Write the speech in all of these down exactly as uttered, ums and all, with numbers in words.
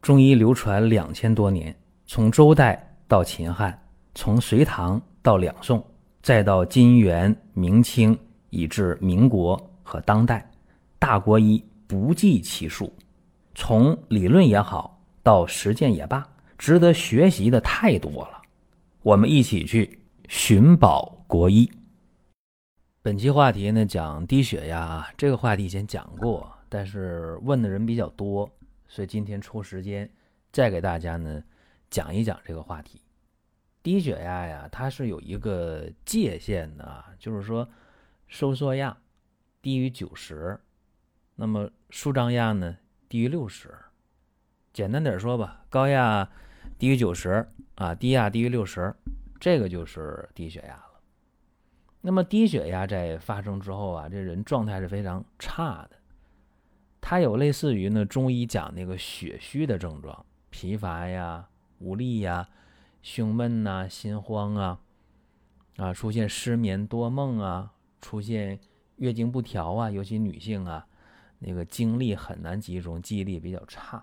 中医流传两千多年，从周代到秦汉，从隋唐到两宋，再到金元明清，以至民国和当代，大国医不计其数。从理论也好，到实践也罢，值得学习的太多了。我们一起去寻宝国医。本期话题呢，讲低血压，这个话题以前讲过，但是问的人比较多，所以今天抽时间再给大家呢讲一讲这个话题。低血压呀，它是有一个界限的啊，就是说收缩压低于九十，那么舒张压呢低于六十。简单点说吧，高压低于九十啊，低压低于六十，这个就是低血压了。那么低血压在发生之后啊，这人状态是非常差的。它有类似于呢中医讲那个血虚的症状，疲乏呀、无力呀、胸闷呐、心慌啊，啊出现失眠多梦啊，出现月经不调啊，尤其女性啊，那个精力很难集中，记忆力比较差。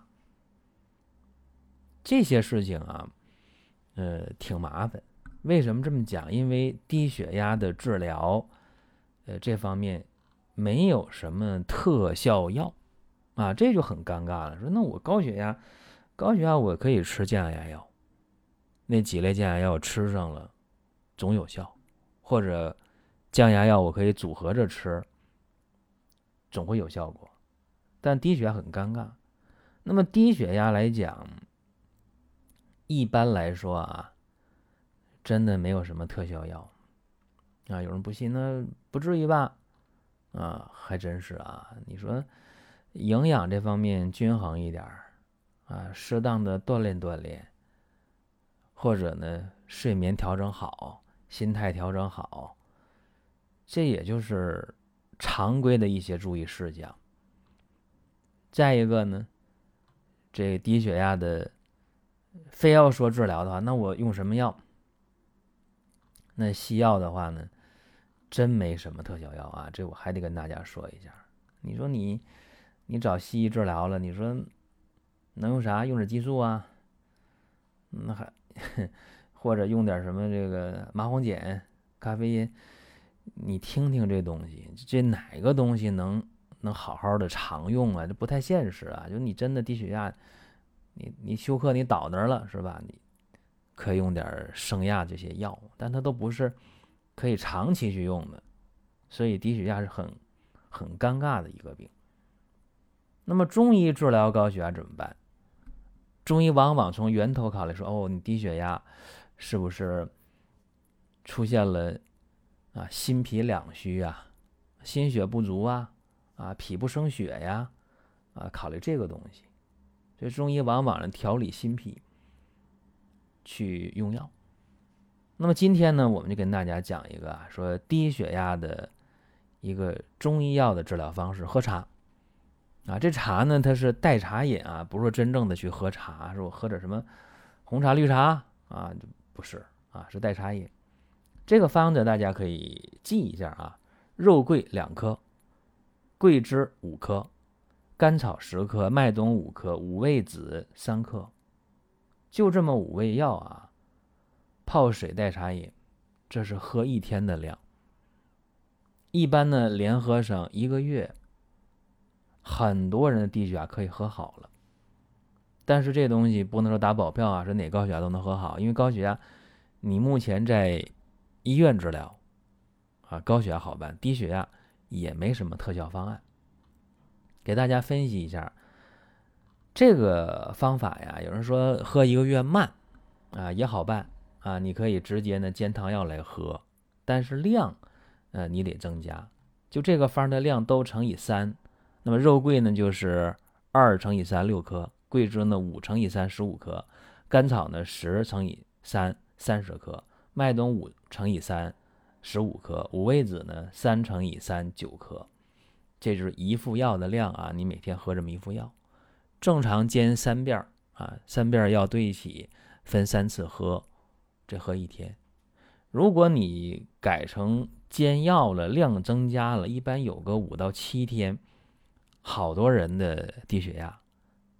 这些事情啊，呃，挺麻烦。为什么这么讲？因为低血压的治疗，呃，这方面没有什么特效药啊，这就很尴尬了。说那我高血压，高血压我可以吃降压药，那几类降压药吃上了总有效，或者降压药我可以组合着吃，总会有效果。但低血压很尴尬。那么低血压来讲，一般来说啊，真的没有什么特效药啊。有人不信，那不至于吧？啊，还真是啊。你说营养这方面均衡一点啊，适当的锻炼锻炼，或者呢睡眠调整好，心态调整好，这也就是常规的一些注意事项。再一个呢，这低血压的非要说治疗的话，那我用什么药？那西药的话呢，真没什么特效药啊，这我还得跟大家说一下。你说你你找西医治疗了，你说能用啥？用点激素啊，那还或者用点什么这个麻黄碱、咖啡因，你听听这东西，这哪个东西能能好好的常用啊？这不太现实啊。就你真的低血压，你你休克你倒那儿了是吧？你可以用点升压这些药，但它都不是可以长期去用的，所以低血压是很很尴尬的一个病。那么中医治疗高血压怎么办？中医往往从源头考虑说，哦，你低血压是不是出现了啊心脾两虚啊，心血不足啊，啊脾不生血呀，啊考虑这个东西。所以中医往往调理心脾去用药。那么今天呢，我们就跟大家讲一个啊，说低血压的一个中医药的治疗方式，喝茶啊。这茶呢，它是代茶饮啊，不是说真正的去喝茶，说我喝点什么红茶、绿茶啊，不是啊，是代茶饮。这个方子大家可以记一下啊：肉桂两颗，桂枝五颗，甘草十克，麦冬五克，五味子三克。就这么五味药啊，泡水代茶饮，这是喝一天的量。一般呢，连喝上一个月，很多人的低血压可以喝好了。但是这东西不能说打保票啊，说哪高血压都能喝好，因为高血压你目前在医院治疗啊，高血压好办，低血压也没什么特效方案。给大家分析一下这个方法呀，有人说喝一个月慢啊也好办啊，你可以直接呢煎汤药来喝，但是量呃你得增加。就这个方的量都乘以三，那么肉桂呢就是二乘以三六克，桂枝呢五乘以三十五克，甘草呢十乘以三三十克，麦冬五乘以三十五克，五味子呢三乘以三九克。这就是一副药的量啊，你每天喝这么一副药。正常煎三遍啊，三遍药对一起分三次喝，这喝一天。如果你改成煎药了，量增加了，一般有个五到七天，好多人的低血压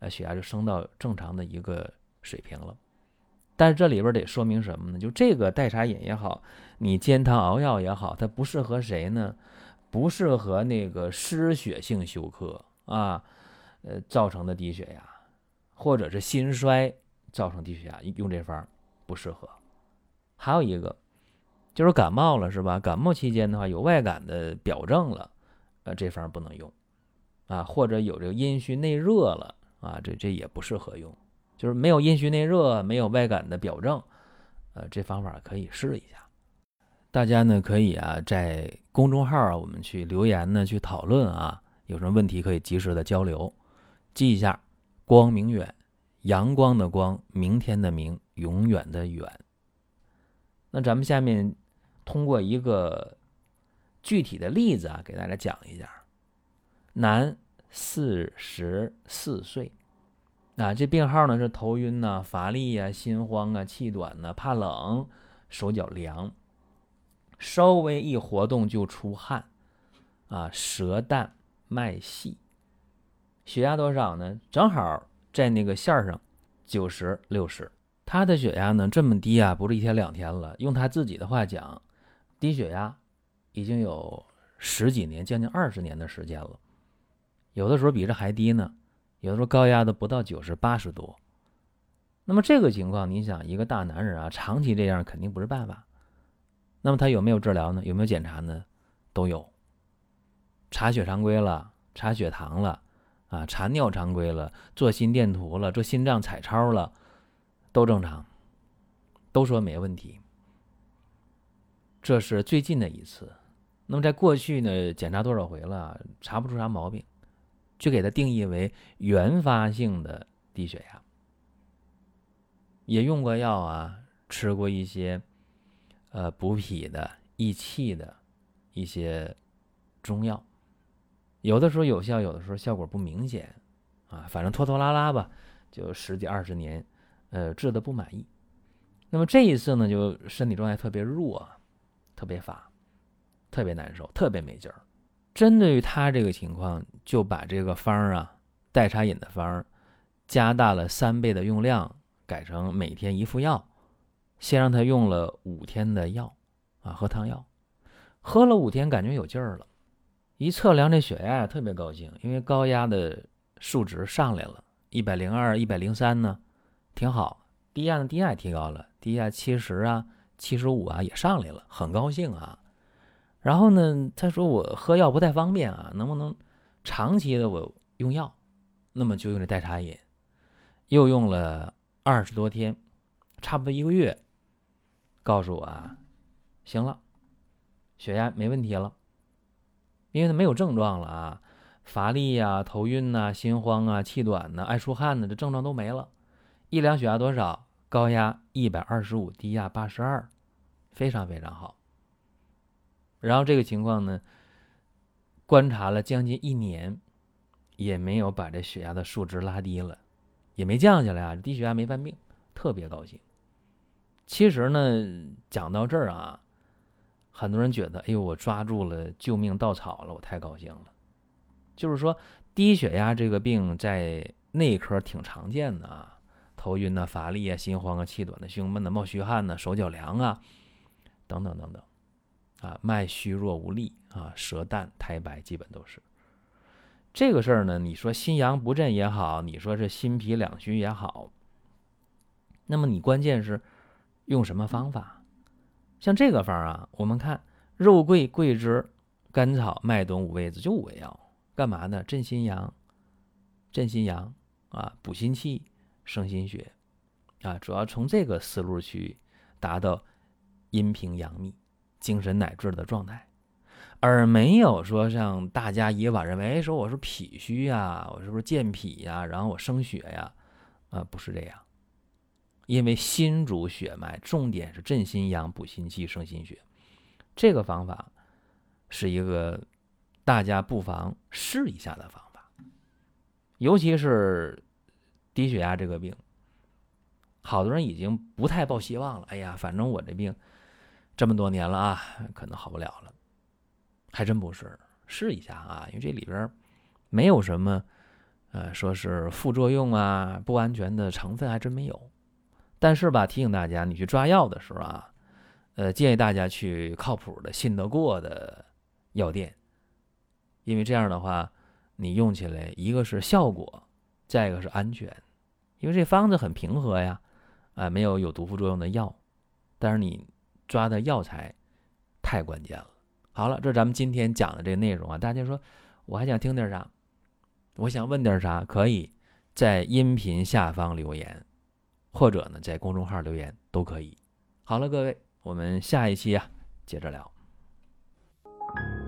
呃，血压就升到正常的一个水平了。但是这里边得说明什么呢？就这个代茶饮也好，你煎汤熬药也好，它不适合谁呢？不适合那个失血性休克啊，呃造成的低血压，或者是心衰造成低血压，用这方不适合。还有一个就是感冒了是吧？感冒期间的话有外感的表症了，呃这方不能用啊，或者有这个阴虚内热了啊，这这也不适合用。就是没有阴虚内热，没有外感的表症，呃，这方法可以试一下。大家呢可以啊在公众号啊我们去留言呢去讨论啊，有什么问题可以及时的交流。记一下，光明远，阳光的光，明天的明，永远的远。那咱们下面通过一个具体的例子啊，给大家讲一下。男，四十四岁。啊，这病号呢是头晕呐、啊、乏力呀、啊、心慌啊、气短呐、啊、怕冷、手脚凉，稍微一活动就出汗，啊，舌淡脉细，血压多少呢？正好在那个线上，九十六十。他的血压呢这么低啊，不是一天两天了。用他自己的话讲，低血压已经有十几年，将近二十年的时间了，有的时候比这还低呢。有的时候高压的不到九十、八十多，那么这个情况，你想一个大男人啊，长期这样肯定不是办法。那么他有没有治疗呢？有没有检查呢？都有，查血常规了，查血糖了，啊，查尿常规了，做心电图了，做心脏彩超了，都正常，都说没问题。这是最近的一次。那么在过去呢，检查多少回了，查不出啥毛病。就给它定义为原发性的低血压，也用过药啊，吃过一些呃补脾的、益气的一些中药，有的时候有效，有的时候效果不明显啊，反正拖拖拉拉吧，就十几二十年，呃，治的不满意。那么这一次呢，就身体状态特别弱，特别乏，特别难受，特别没劲儿。针对于他这个情况，就把这个方啊，代茶饮的方，加大了三倍的用量，改成每天一副药，先让他用了五天的药啊，喝汤药，喝了五天感觉有劲儿了，一测量这血压特别高兴，因为高压的数值上来了，一百零二、一百零三呢，挺好，低压的低压也提高了，低压七十啊、七十五啊也上来了，很高兴啊。然后呢，他说我喝药不太方便啊，能不能长期的我用药？那么就用这代茶饮，又用了二十多天，差不多一个月，告诉我啊，行了，血压没问题了，因为他没有症状了啊，乏力呀、啊、头晕呐、啊、心慌啊、气短呐、啊、爱出汗呐，这症状都没了。一量血压多少？高压一百二十五，低压八十二，非常非常好。然后这个情况呢，观察了将近一年，也没有把这血压的数值拉低了，也没降下来啊，低血压没犯病，特别高兴。其实呢，讲到这儿啊，很多人觉得，哎呦，我抓住了救命稻草了，我太高兴了。就是说，低血压这个病在内科挺常见的啊，头晕啊、乏力啊、心慌啊、气短的、胸闷的、冒虚汗呢、手脚凉啊，等等等等。啊，脉虚弱无力啊，舌淡苔白，基本都是这个事儿呢。你说心阳不振也好，你说是心脾两虚也好，那么你关键是用什么方法？像这个方啊，我们看肉桂、桂枝、甘草、麦冬、五味子，就五味药，干嘛呢？镇心阳，镇心阳啊，补心气，生心血啊，主要从这个思路去达到阴平阳秘、精神乃至的状态，而没有说像大家以往认为说我是脾虚呀，我是不是健脾呀，然后我生血呀，啊，不是这样。因为心主血脉，重点是镇心阳、补心气、生心血，这个方法是一个大家不妨试一下的方法。尤其是低血压这个病，好多人已经不太抱希望了。哎呀，反正我这病这么多年了啊，可能好不了了。还真不是，试一下啊，因为这里边没有什么呃，说是副作用啊、不安全的成分还真没有。但是吧，提醒大家，你去抓药的时候啊，呃，建议大家去靠谱的、信得过的药店，因为这样的话，你用起来一个是效果，再一个是安全。因为这方子很平和呀，啊、呃，没有有毒副作用的药，但是你抓的药材太关键了。好了，这是咱们今天讲的这个内容啊。大家说我还想听点啥，我想问点啥，可以在音频下方留言，或者呢在公众号留言都可以。好了，各位，我们下一期啊接着聊。